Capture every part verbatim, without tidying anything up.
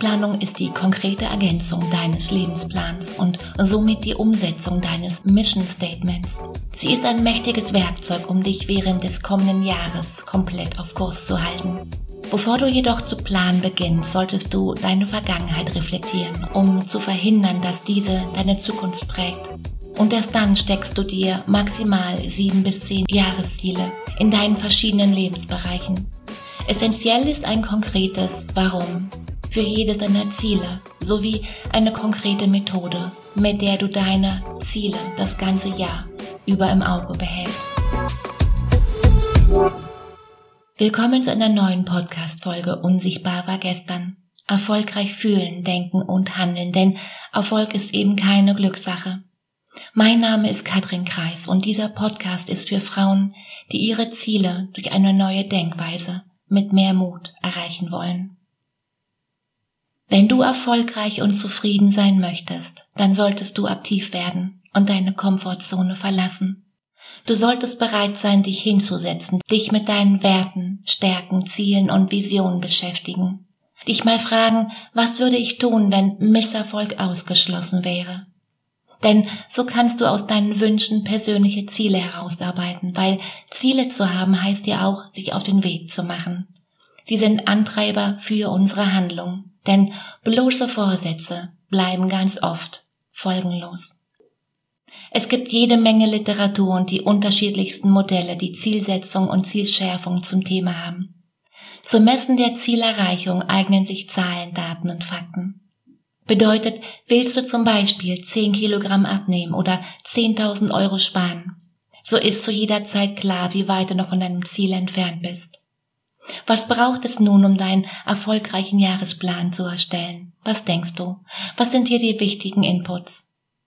Jahresplanung ist die konkrete Ergänzung deines Lebensplans und somit die Umsetzung deines Mission Statements. Sie ist ein mächtiges Werkzeug, um dich während des kommenden Jahres komplett auf Kurs zu halten. Bevor du jedoch zu planen beginnst, solltest du deine Vergangenheit reflektieren, um zu verhindern, dass diese deine Zukunft prägt. Und erst dann steckst du dir maximal sieben bis zehn Jahresziele in deinen verschiedenen Lebensbereichen. Essentiell ist ein konkretes Warum für jedes deiner Ziele sowie eine konkrete Methode, mit der du deine Ziele das ganze Jahr über im Auge behältst. Willkommen zu einer neuen Podcast-Folge Unsichtbar war gestern. Erfolgreich fühlen, denken und handeln, denn Erfolg ist eben keine Glückssache. Mein Name ist Katrin Kreis und dieser Podcast ist für Frauen, die ihre Ziele durch eine neue Denkweise mit mehr Mut erreichen wollen. Wenn du erfolgreich und zufrieden sein möchtest, dann solltest du aktiv werden und deine Komfortzone verlassen. Du solltest bereit sein, dich hinzusetzen, dich mit deinen Werten, Stärken, Zielen und Visionen beschäftigen. Dich mal fragen, was würde ich tun, wenn Misserfolg ausgeschlossen wäre? Denn so kannst du aus deinen Wünschen persönliche Ziele herausarbeiten, weil Ziele zu haben heißt ja auch, sich auf den Weg zu machen. Sie sind Antreiber für unsere Handlung, denn bloße Vorsätze bleiben ganz oft folgenlos. Es gibt jede Menge Literatur und die unterschiedlichsten Modelle, die Zielsetzung und Zielschärfung zum Thema haben. Zum Messen der Zielerreichung eignen sich Zahlen, Daten und Fakten. Bedeutet, willst du zum Beispiel zehn Kilogramm abnehmen oder zehntausend Euro sparen, so ist zu jeder Zeit klar, wie weit du noch von deinem Ziel entfernt bist. Was braucht es nun, um deinen erfolgreichen Jahresplan zu erstellen? Was denkst du? Was sind hier die wichtigen Inputs?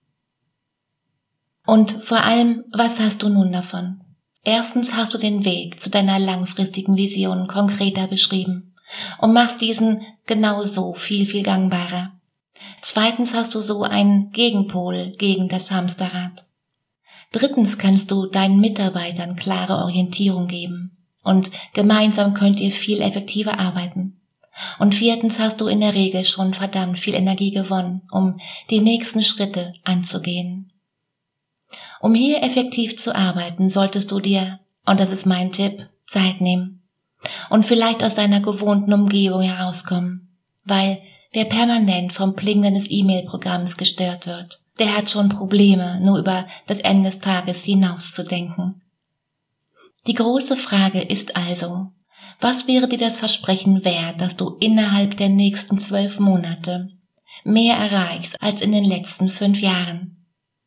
Und vor allem, was hast du nun davon? Erstens hast du den Weg zu deiner langfristigen Vision konkreter beschrieben und machst diesen genauso viel, viel gangbarer. Zweitens hast du so einen Gegenpol gegen das Hamsterrad. Drittens kannst du deinen Mitarbeitern klare Orientierung geben und gemeinsam könnt ihr viel effektiver arbeiten. Und viertens hast du in der Regel schon verdammt viel Energie gewonnen, um die nächsten Schritte anzugehen. Um hier effektiv zu arbeiten, solltest du dir, und das ist mein Tipp, Zeit nehmen und vielleicht aus deiner gewohnten Umgebung herauskommen, weil wer permanent vom Pling deines E-Mail-Programms gestört wird, der hat schon Probleme, nur über das Ende des Tages hinauszudenken. Die große Frage ist also, was wäre dir das Versprechen wert, dass du innerhalb der nächsten zwölf Monate mehr erreichst als in den letzten fünf Jahren?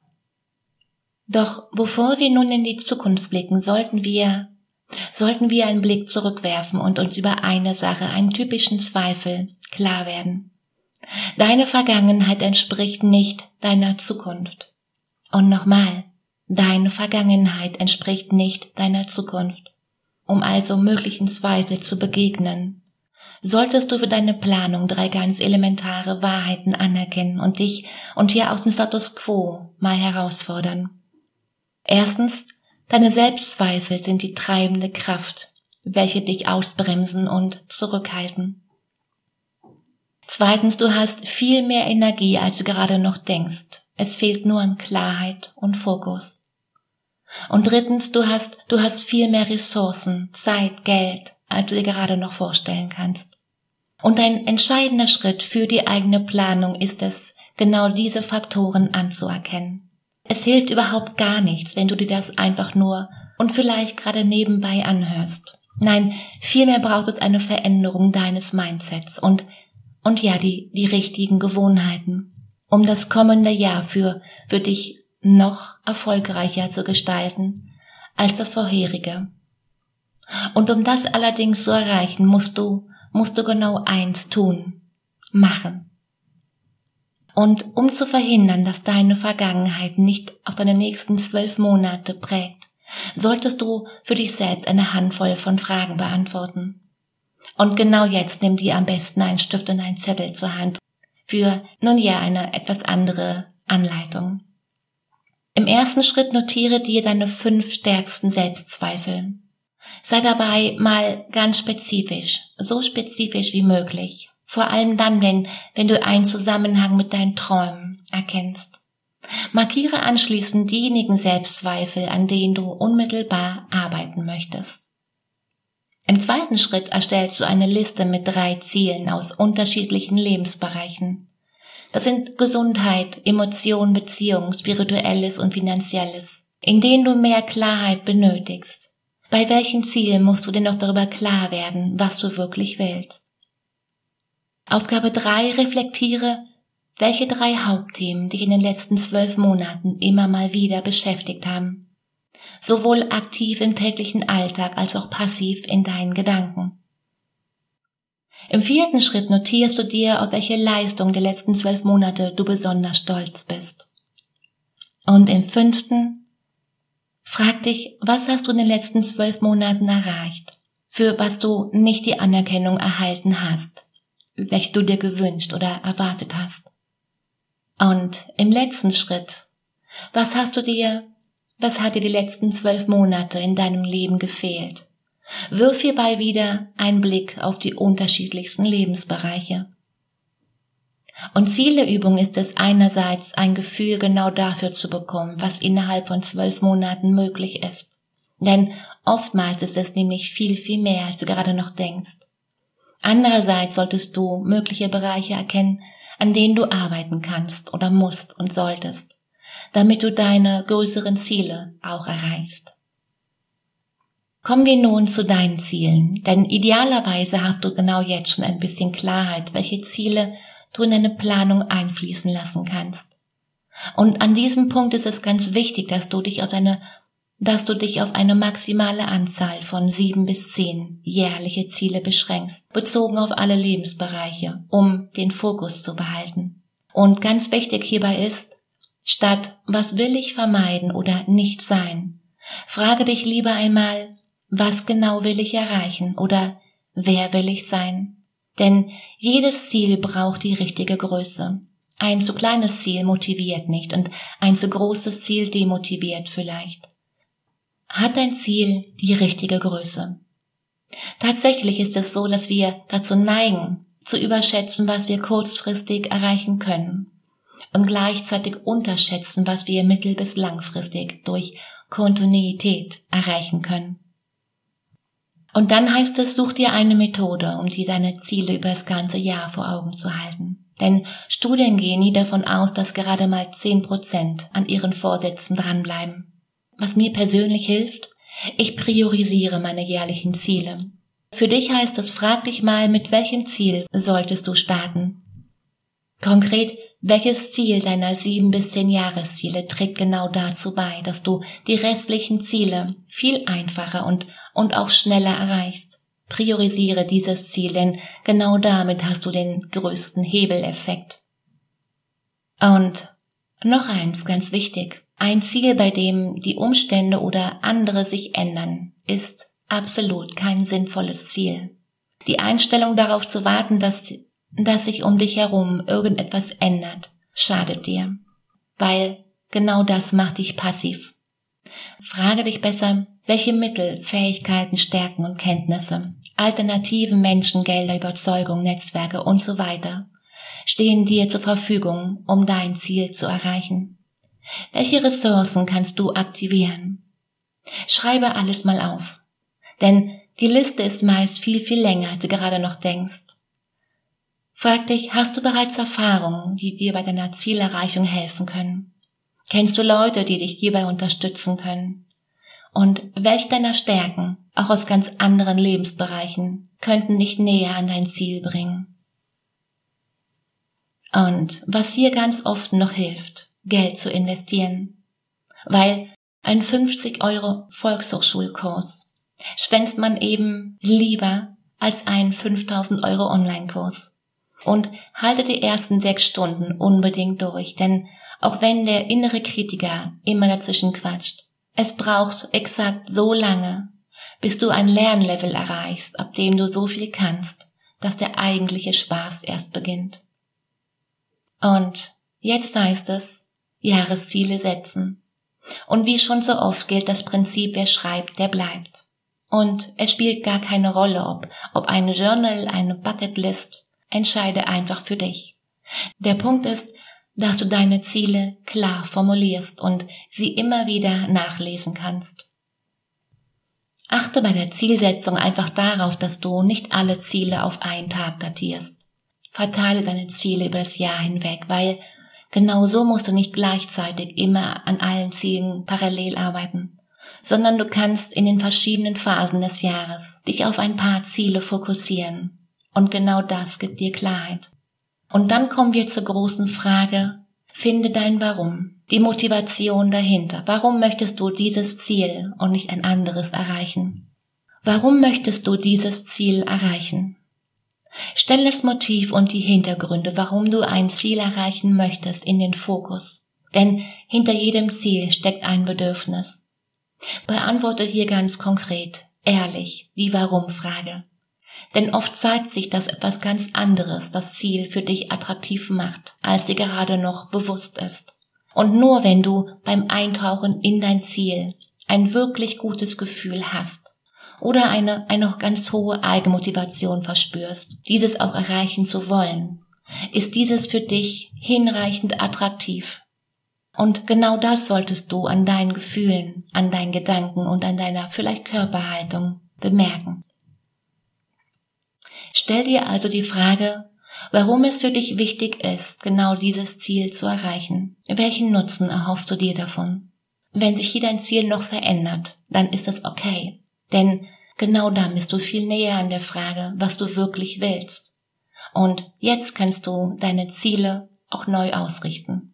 Doch bevor wir nun in die Zukunft blicken, sollten wir, sollten wir einen Blick zurückwerfen und uns über eine Sache, einen typischen Zweifel, klar werden. Deine Vergangenheit entspricht nicht deiner Zukunft. Und nochmal, deine Vergangenheit entspricht nicht deiner Zukunft. Um also möglichen Zweifel zu begegnen, solltest du für deine Planung drei ganz elementare Wahrheiten anerkennen und dich und hier auch den Status quo mal herausfordern. Erstens, deine Selbstzweifel sind die treibende Kraft, welche dich ausbremsen und zurückhalten. Zweitens, du hast viel mehr Energie, als du gerade noch denkst. Es fehlt nur an Klarheit und Fokus. Und drittens, du hast, du hast viel mehr Ressourcen, Zeit, Geld, als du dir gerade noch vorstellen kannst. Und ein entscheidender Schritt für die eigene Planung ist es, genau diese Faktoren anzuerkennen. Es hilft überhaupt gar nichts, wenn du dir das einfach nur und vielleicht gerade nebenbei anhörst. Nein, vielmehr braucht es eine Veränderung deines Mindsets und Und ja, die, die richtigen Gewohnheiten, um das kommende Jahr für, für dich noch erfolgreicher zu gestalten als das vorherige. Und um das allerdings zu erreichen, musst du, musst du genau eins tun. Machen. Und um zu verhindern, dass deine Vergangenheit nicht auf deine nächsten zwölf Monate prägt, solltest du für dich selbst eine Handvoll von Fragen beantworten. Und genau jetzt nimm dir am besten einen Stift und einen Zettel zur Hand für, nun ja, eine etwas andere Anleitung. Im ersten Schritt notiere dir deine fünf stärksten Selbstzweifel. Sei dabei mal ganz spezifisch, so spezifisch wie möglich. Vor allem dann, wenn, wenn du einen Zusammenhang mit deinen Träumen erkennst. Markiere anschließend diejenigen Selbstzweifel, an denen du unmittelbar arbeiten möchtest. Im zweiten Schritt erstellst du eine Liste mit drei Zielen aus unterschiedlichen Lebensbereichen. Das sind Gesundheit, Emotionen, Beziehung, Spirituelles und Finanzielles, in denen du mehr Klarheit benötigst. Bei welchen Zielen musst du denn noch darüber klar werden, was du wirklich willst? Aufgabe drei, reflektiere, welche drei Hauptthemen dich in den letzten zwölf Monaten immer mal wieder beschäftigt haben. Sowohl aktiv im täglichen Alltag als auch passiv in deinen Gedanken. Im vierten Schritt notierst du dir, auf welche Leistung der letzten zwölf Monate du besonders stolz bist. Und im fünften, frag dich, was hast du in den letzten zwölf Monaten erreicht, für was du nicht die Anerkennung erhalten hast, welche du dir gewünscht oder erwartet hast. Und im letzten Schritt, was hast du dir, was hat dir die letzten zwölf Monate in deinem Leben gefehlt? Wirf hierbei wieder einen Blick auf die unterschiedlichsten Lebensbereiche. Und Zieleübung ist es einerseits, ein Gefühl genau dafür zu bekommen, was innerhalb von zwölf Monaten möglich ist. Denn oftmals ist es nämlich viel, viel mehr, als du gerade noch denkst. Andererseits solltest du mögliche Bereiche erkennen, an denen du arbeiten kannst oder musst und solltest, damit du deine größeren Ziele auch erreichst. Kommen wir nun zu deinen Zielen, denn idealerweise hast du genau jetzt schon ein bisschen Klarheit, welche Ziele du in deine Planung einfließen lassen kannst. Und an diesem Punkt ist es ganz wichtig, dass du dich auf eine dass du dich auf eine maximale Anzahl von sieben bis zehn jährliche Ziele beschränkst, bezogen auf alle Lebensbereiche, um den Fokus zu behalten. Und ganz wichtig hierbei ist, statt was will ich vermeiden oder nicht sein, frage dich lieber einmal, was genau will ich erreichen oder wer will ich sein? Denn jedes Ziel braucht die richtige Größe. Ein zu kleines Ziel motiviert nicht und ein zu großes Ziel demotiviert vielleicht. Hat dein Ziel die richtige Größe? Tatsächlich ist es so, dass wir dazu neigen, zu überschätzen, was wir kurzfristig erreichen können und gleichzeitig unterschätzen, was wir mittel- bis langfristig durch Kontinuität erreichen können. Und dann heißt es, such dir eine Methode, um dir deine Ziele über das ganze Jahr vor Augen zu halten. Denn Studien gehen nie davon aus, dass gerade mal zehn Prozent an ihren Vorsätzen dranbleiben. Was mir persönlich hilft, ich priorisiere meine jährlichen Ziele. Für dich heißt es, frag dich mal, mit welchem Ziel solltest du starten? Konkret, welches Ziel deiner sieben bis zehn Jahresziele trägt genau dazu bei, dass du die restlichen Ziele viel einfacher und, und auch schneller erreichst? Priorisiere dieses Ziel, denn genau damit hast du den größten Hebeleffekt. Und noch eins, ganz wichtig. Ein Ziel, bei dem die Umstände oder andere sich ändern, ist absolut kein sinnvolles Ziel. Die Einstellung darauf zu warten, dass, dass sich um dich herum irgendetwas ändert, schadet dir, weil genau das macht dich passiv. Frage dich besser, welche Mittel, Fähigkeiten, Stärken und Kenntnisse, Alternativen, Menschen, Gelder, Überzeugungen, Netzwerke und so weiter stehen dir zur Verfügung, um dein Ziel zu erreichen. Welche Ressourcen kannst du aktivieren? Schreibe alles mal auf, denn die Liste ist meist viel, viel länger, als du gerade noch denkst. Frag dich, hast du bereits Erfahrungen, die dir bei deiner Zielerreichung helfen können? Kennst du Leute, die dich hierbei unterstützen können? Und welche deiner Stärken, auch aus ganz anderen Lebensbereichen, könnten dich näher an dein Ziel bringen? Und was hier ganz oft noch hilft, Geld zu investieren, weil ein fünfzig Euro Volkshochschulkurs schwänzt man eben lieber als einen fünftausend Euro Online-Kurs. Und halte die ersten sechs Stunden unbedingt durch, denn auch wenn der innere Kritiker immer dazwischen quatscht, es braucht exakt so lange, bis du ein Lernlevel erreichst, ab dem du so viel kannst, dass der eigentliche Spaß erst beginnt. Und jetzt heißt es, Jahresziele setzen. Und wie schon so oft gilt das Prinzip, wer schreibt, der bleibt. Und es spielt gar keine Rolle, ob, ob ein Journal, eine Bucketlist entscheide einfach für dich. Der Punkt ist, dass du deine Ziele klar formulierst und sie immer wieder nachlesen kannst. Achte bei der Zielsetzung einfach darauf, dass du nicht alle Ziele auf einen Tag datierst. Verteile deine Ziele über das Jahr hinweg, weil genau so musst du nicht gleichzeitig immer an allen Zielen parallel arbeiten, sondern du kannst in den verschiedenen Phasen des Jahres dich auf ein paar Ziele fokussieren. Und genau das gibt dir Klarheit. Und dann kommen wir zur großen Frage: Finde dein Warum, die Motivation dahinter. Warum möchtest du dieses Ziel und nicht ein anderes erreichen? Warum möchtest du dieses Ziel erreichen? Stell das Motiv und die Hintergründe, warum du ein Ziel erreichen möchtest, in den Fokus. Denn hinter jedem Ziel steckt ein Bedürfnis. Beantworte hier ganz konkret, ehrlich, die Warum-Frage. Denn oft zeigt sich, dass etwas ganz anderes das Ziel für dich attraktiv macht, als dir gerade noch bewusst ist. Und nur wenn du beim Eintauchen in dein Ziel ein wirklich gutes Gefühl hast oder eine, eine ganz hohe Eigenmotivation verspürst, dieses auch erreichen zu wollen, ist dieses für dich hinreichend attraktiv. Und genau das solltest du an deinen Gefühlen, an deinen Gedanken und an deiner vielleicht Körperhaltung bemerken. Stell dir also die Frage, warum es für dich wichtig ist, genau dieses Ziel zu erreichen. Welchen Nutzen erhoffst du dir davon? Wenn sich hier dein Ziel noch verändert, dann ist es okay. Denn genau dann bist du viel näher an der Frage, was du wirklich willst. Und jetzt kannst du deine Ziele auch neu ausrichten.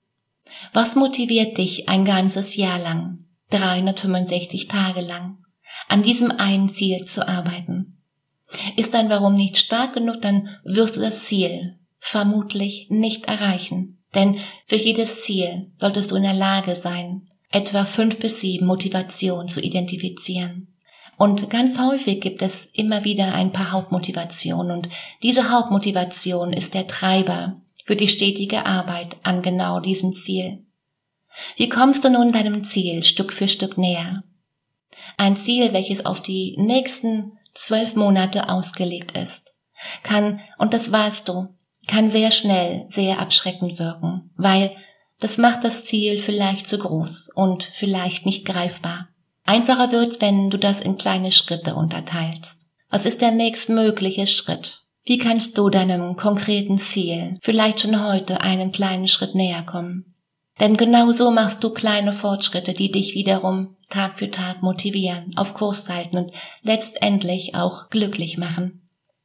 Was motiviert dich ein ganzes Jahr lang, dreihundertfünfundsechzig Tage lang, an diesem einen Ziel zu arbeiten? Ist dein Warum nicht stark genug, dann wirst du das Ziel vermutlich nicht erreichen. Denn für jedes Ziel solltest du in der Lage sein, etwa fünf bis sieben Motivationen zu identifizieren. Und ganz häufig gibt es immer wieder ein paar Hauptmotivationen und diese Hauptmotivation ist der Treiber für die stetige Arbeit an genau diesem Ziel. Wie kommst du nun deinem Ziel Stück für Stück näher? Ein Ziel, welches auf die nächsten zwölf Monate ausgelegt ist, kann, und das weißt du, kann sehr schnell, sehr abschreckend wirken, weil das macht das Ziel vielleicht zu groß und vielleicht nicht greifbar. Einfacher wird's, wenn du das in kleine Schritte unterteilst. Was ist der nächstmögliche Schritt? Wie kannst du deinem konkreten Ziel vielleicht schon heute einen kleinen Schritt näher kommen? Denn genau so machst du kleine Fortschritte, die dich wiederum Tag für Tag motivieren, auf Kurs halten und letztendlich auch glücklich machen.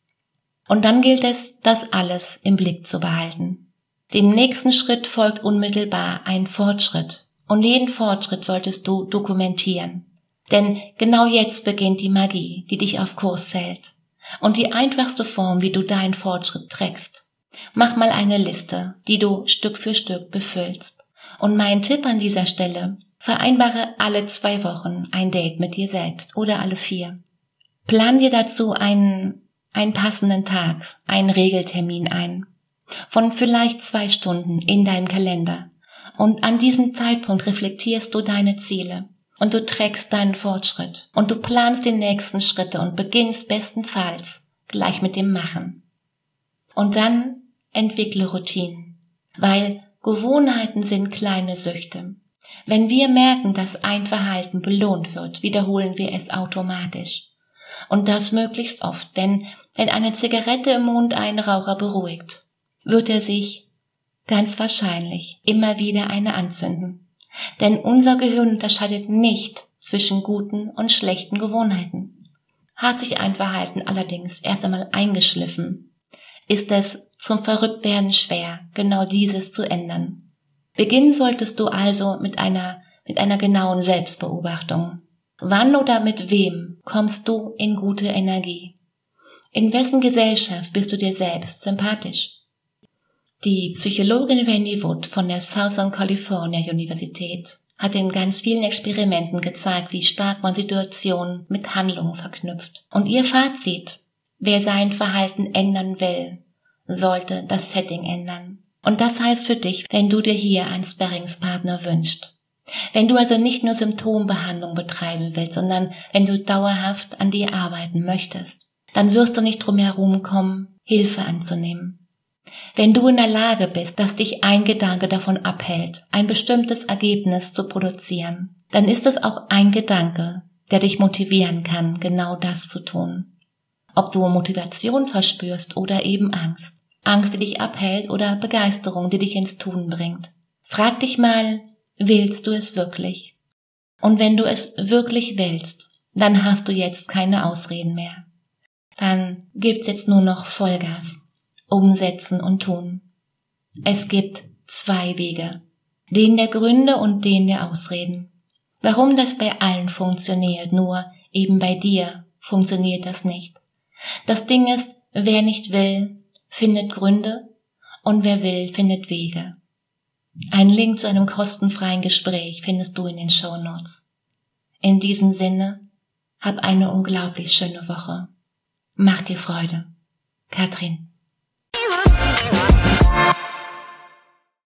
Und dann gilt es, das alles im Blick zu behalten. Dem nächsten Schritt folgt unmittelbar ein Fortschritt. Und jeden Fortschritt solltest du dokumentieren. Denn genau jetzt beginnt die Magie, die dich auf Kurs hält. Und die einfachste Form, wie du deinen Fortschritt trägst. Mach mal eine Liste, die du Stück für Stück befüllst. Und mein Tipp an dieser Stelle: Vereinbare alle zwei Wochen ein Date mit dir selbst oder alle vier. Plan dir dazu einen, einen passenden Tag, einen Regeltermin ein. Von vielleicht zwei Stunden in deinem Kalender. Und an diesem Zeitpunkt reflektierst du deine Ziele. Und du trägst deinen Fortschritt. Und du planst die nächsten Schritte und beginnst bestenfalls gleich mit dem Machen. Und dann entwickle Routinen. Weil Gewohnheiten sind kleine Süchte. Wenn wir merken, dass ein Verhalten belohnt wird, wiederholen wir es automatisch. Und das möglichst oft, denn wenn eine Zigarette im Mund einen Raucher beruhigt, wird er sich ganz wahrscheinlich immer wieder eine anzünden. Denn unser Gehirn unterscheidet nicht zwischen guten und schlechten Gewohnheiten. Hat sich ein Verhalten allerdings erst einmal eingeschliffen, ist es zum Verrücktwerden schwer, genau dieses zu ändern. Beginnen solltest du also mit einer, mit einer genauen Selbstbeobachtung. Wann oder mit wem kommst du in gute Energie? In wessen Gesellschaft bist du dir selbst sympathisch? Die Psychologin Wendy Wood von der Southern California Universität hat in ganz vielen Experimenten gezeigt, wie stark man Situationen mit Handlungen verknüpft. Und ihr Fazit: Wer sein Verhalten ändern will, sollte das Setting ändern. Und das heißt für dich, wenn du dir hier einen Sparringspartner wünschst. Wenn du also nicht nur Symptombehandlung betreiben willst, sondern wenn du dauerhaft an dir arbeiten möchtest, dann wirst du nicht drum herum kommen, Hilfe anzunehmen. Wenn du in der Lage bist, dass dich ein Gedanke davon abhält, ein bestimmtes Ergebnis zu produzieren, dann ist es auch ein Gedanke, der dich motivieren kann, genau das zu tun. Ob du Motivation verspürst oder eben Angst. Angst, die dich abhält, oder Begeisterung, die dich ins Tun bringt. Frag dich mal, willst du es wirklich? Und wenn du es wirklich willst, dann hast du jetzt keine Ausreden mehr. Dann gibt's jetzt nur noch Vollgas. Umsetzen und tun. Es gibt zwei Wege. Den der Gründe und den der Ausreden. Warum das bei allen funktioniert, nur eben bei dir funktioniert das nicht. Das Ding ist, wer nicht will, findet Gründe, und wer will, findet Wege. Einen Link zu einem kostenfreien Gespräch findest du in den Shownotes. In diesem Sinne, hab eine unglaublich schöne Woche. Mach dir Freude. Katrin. Wow.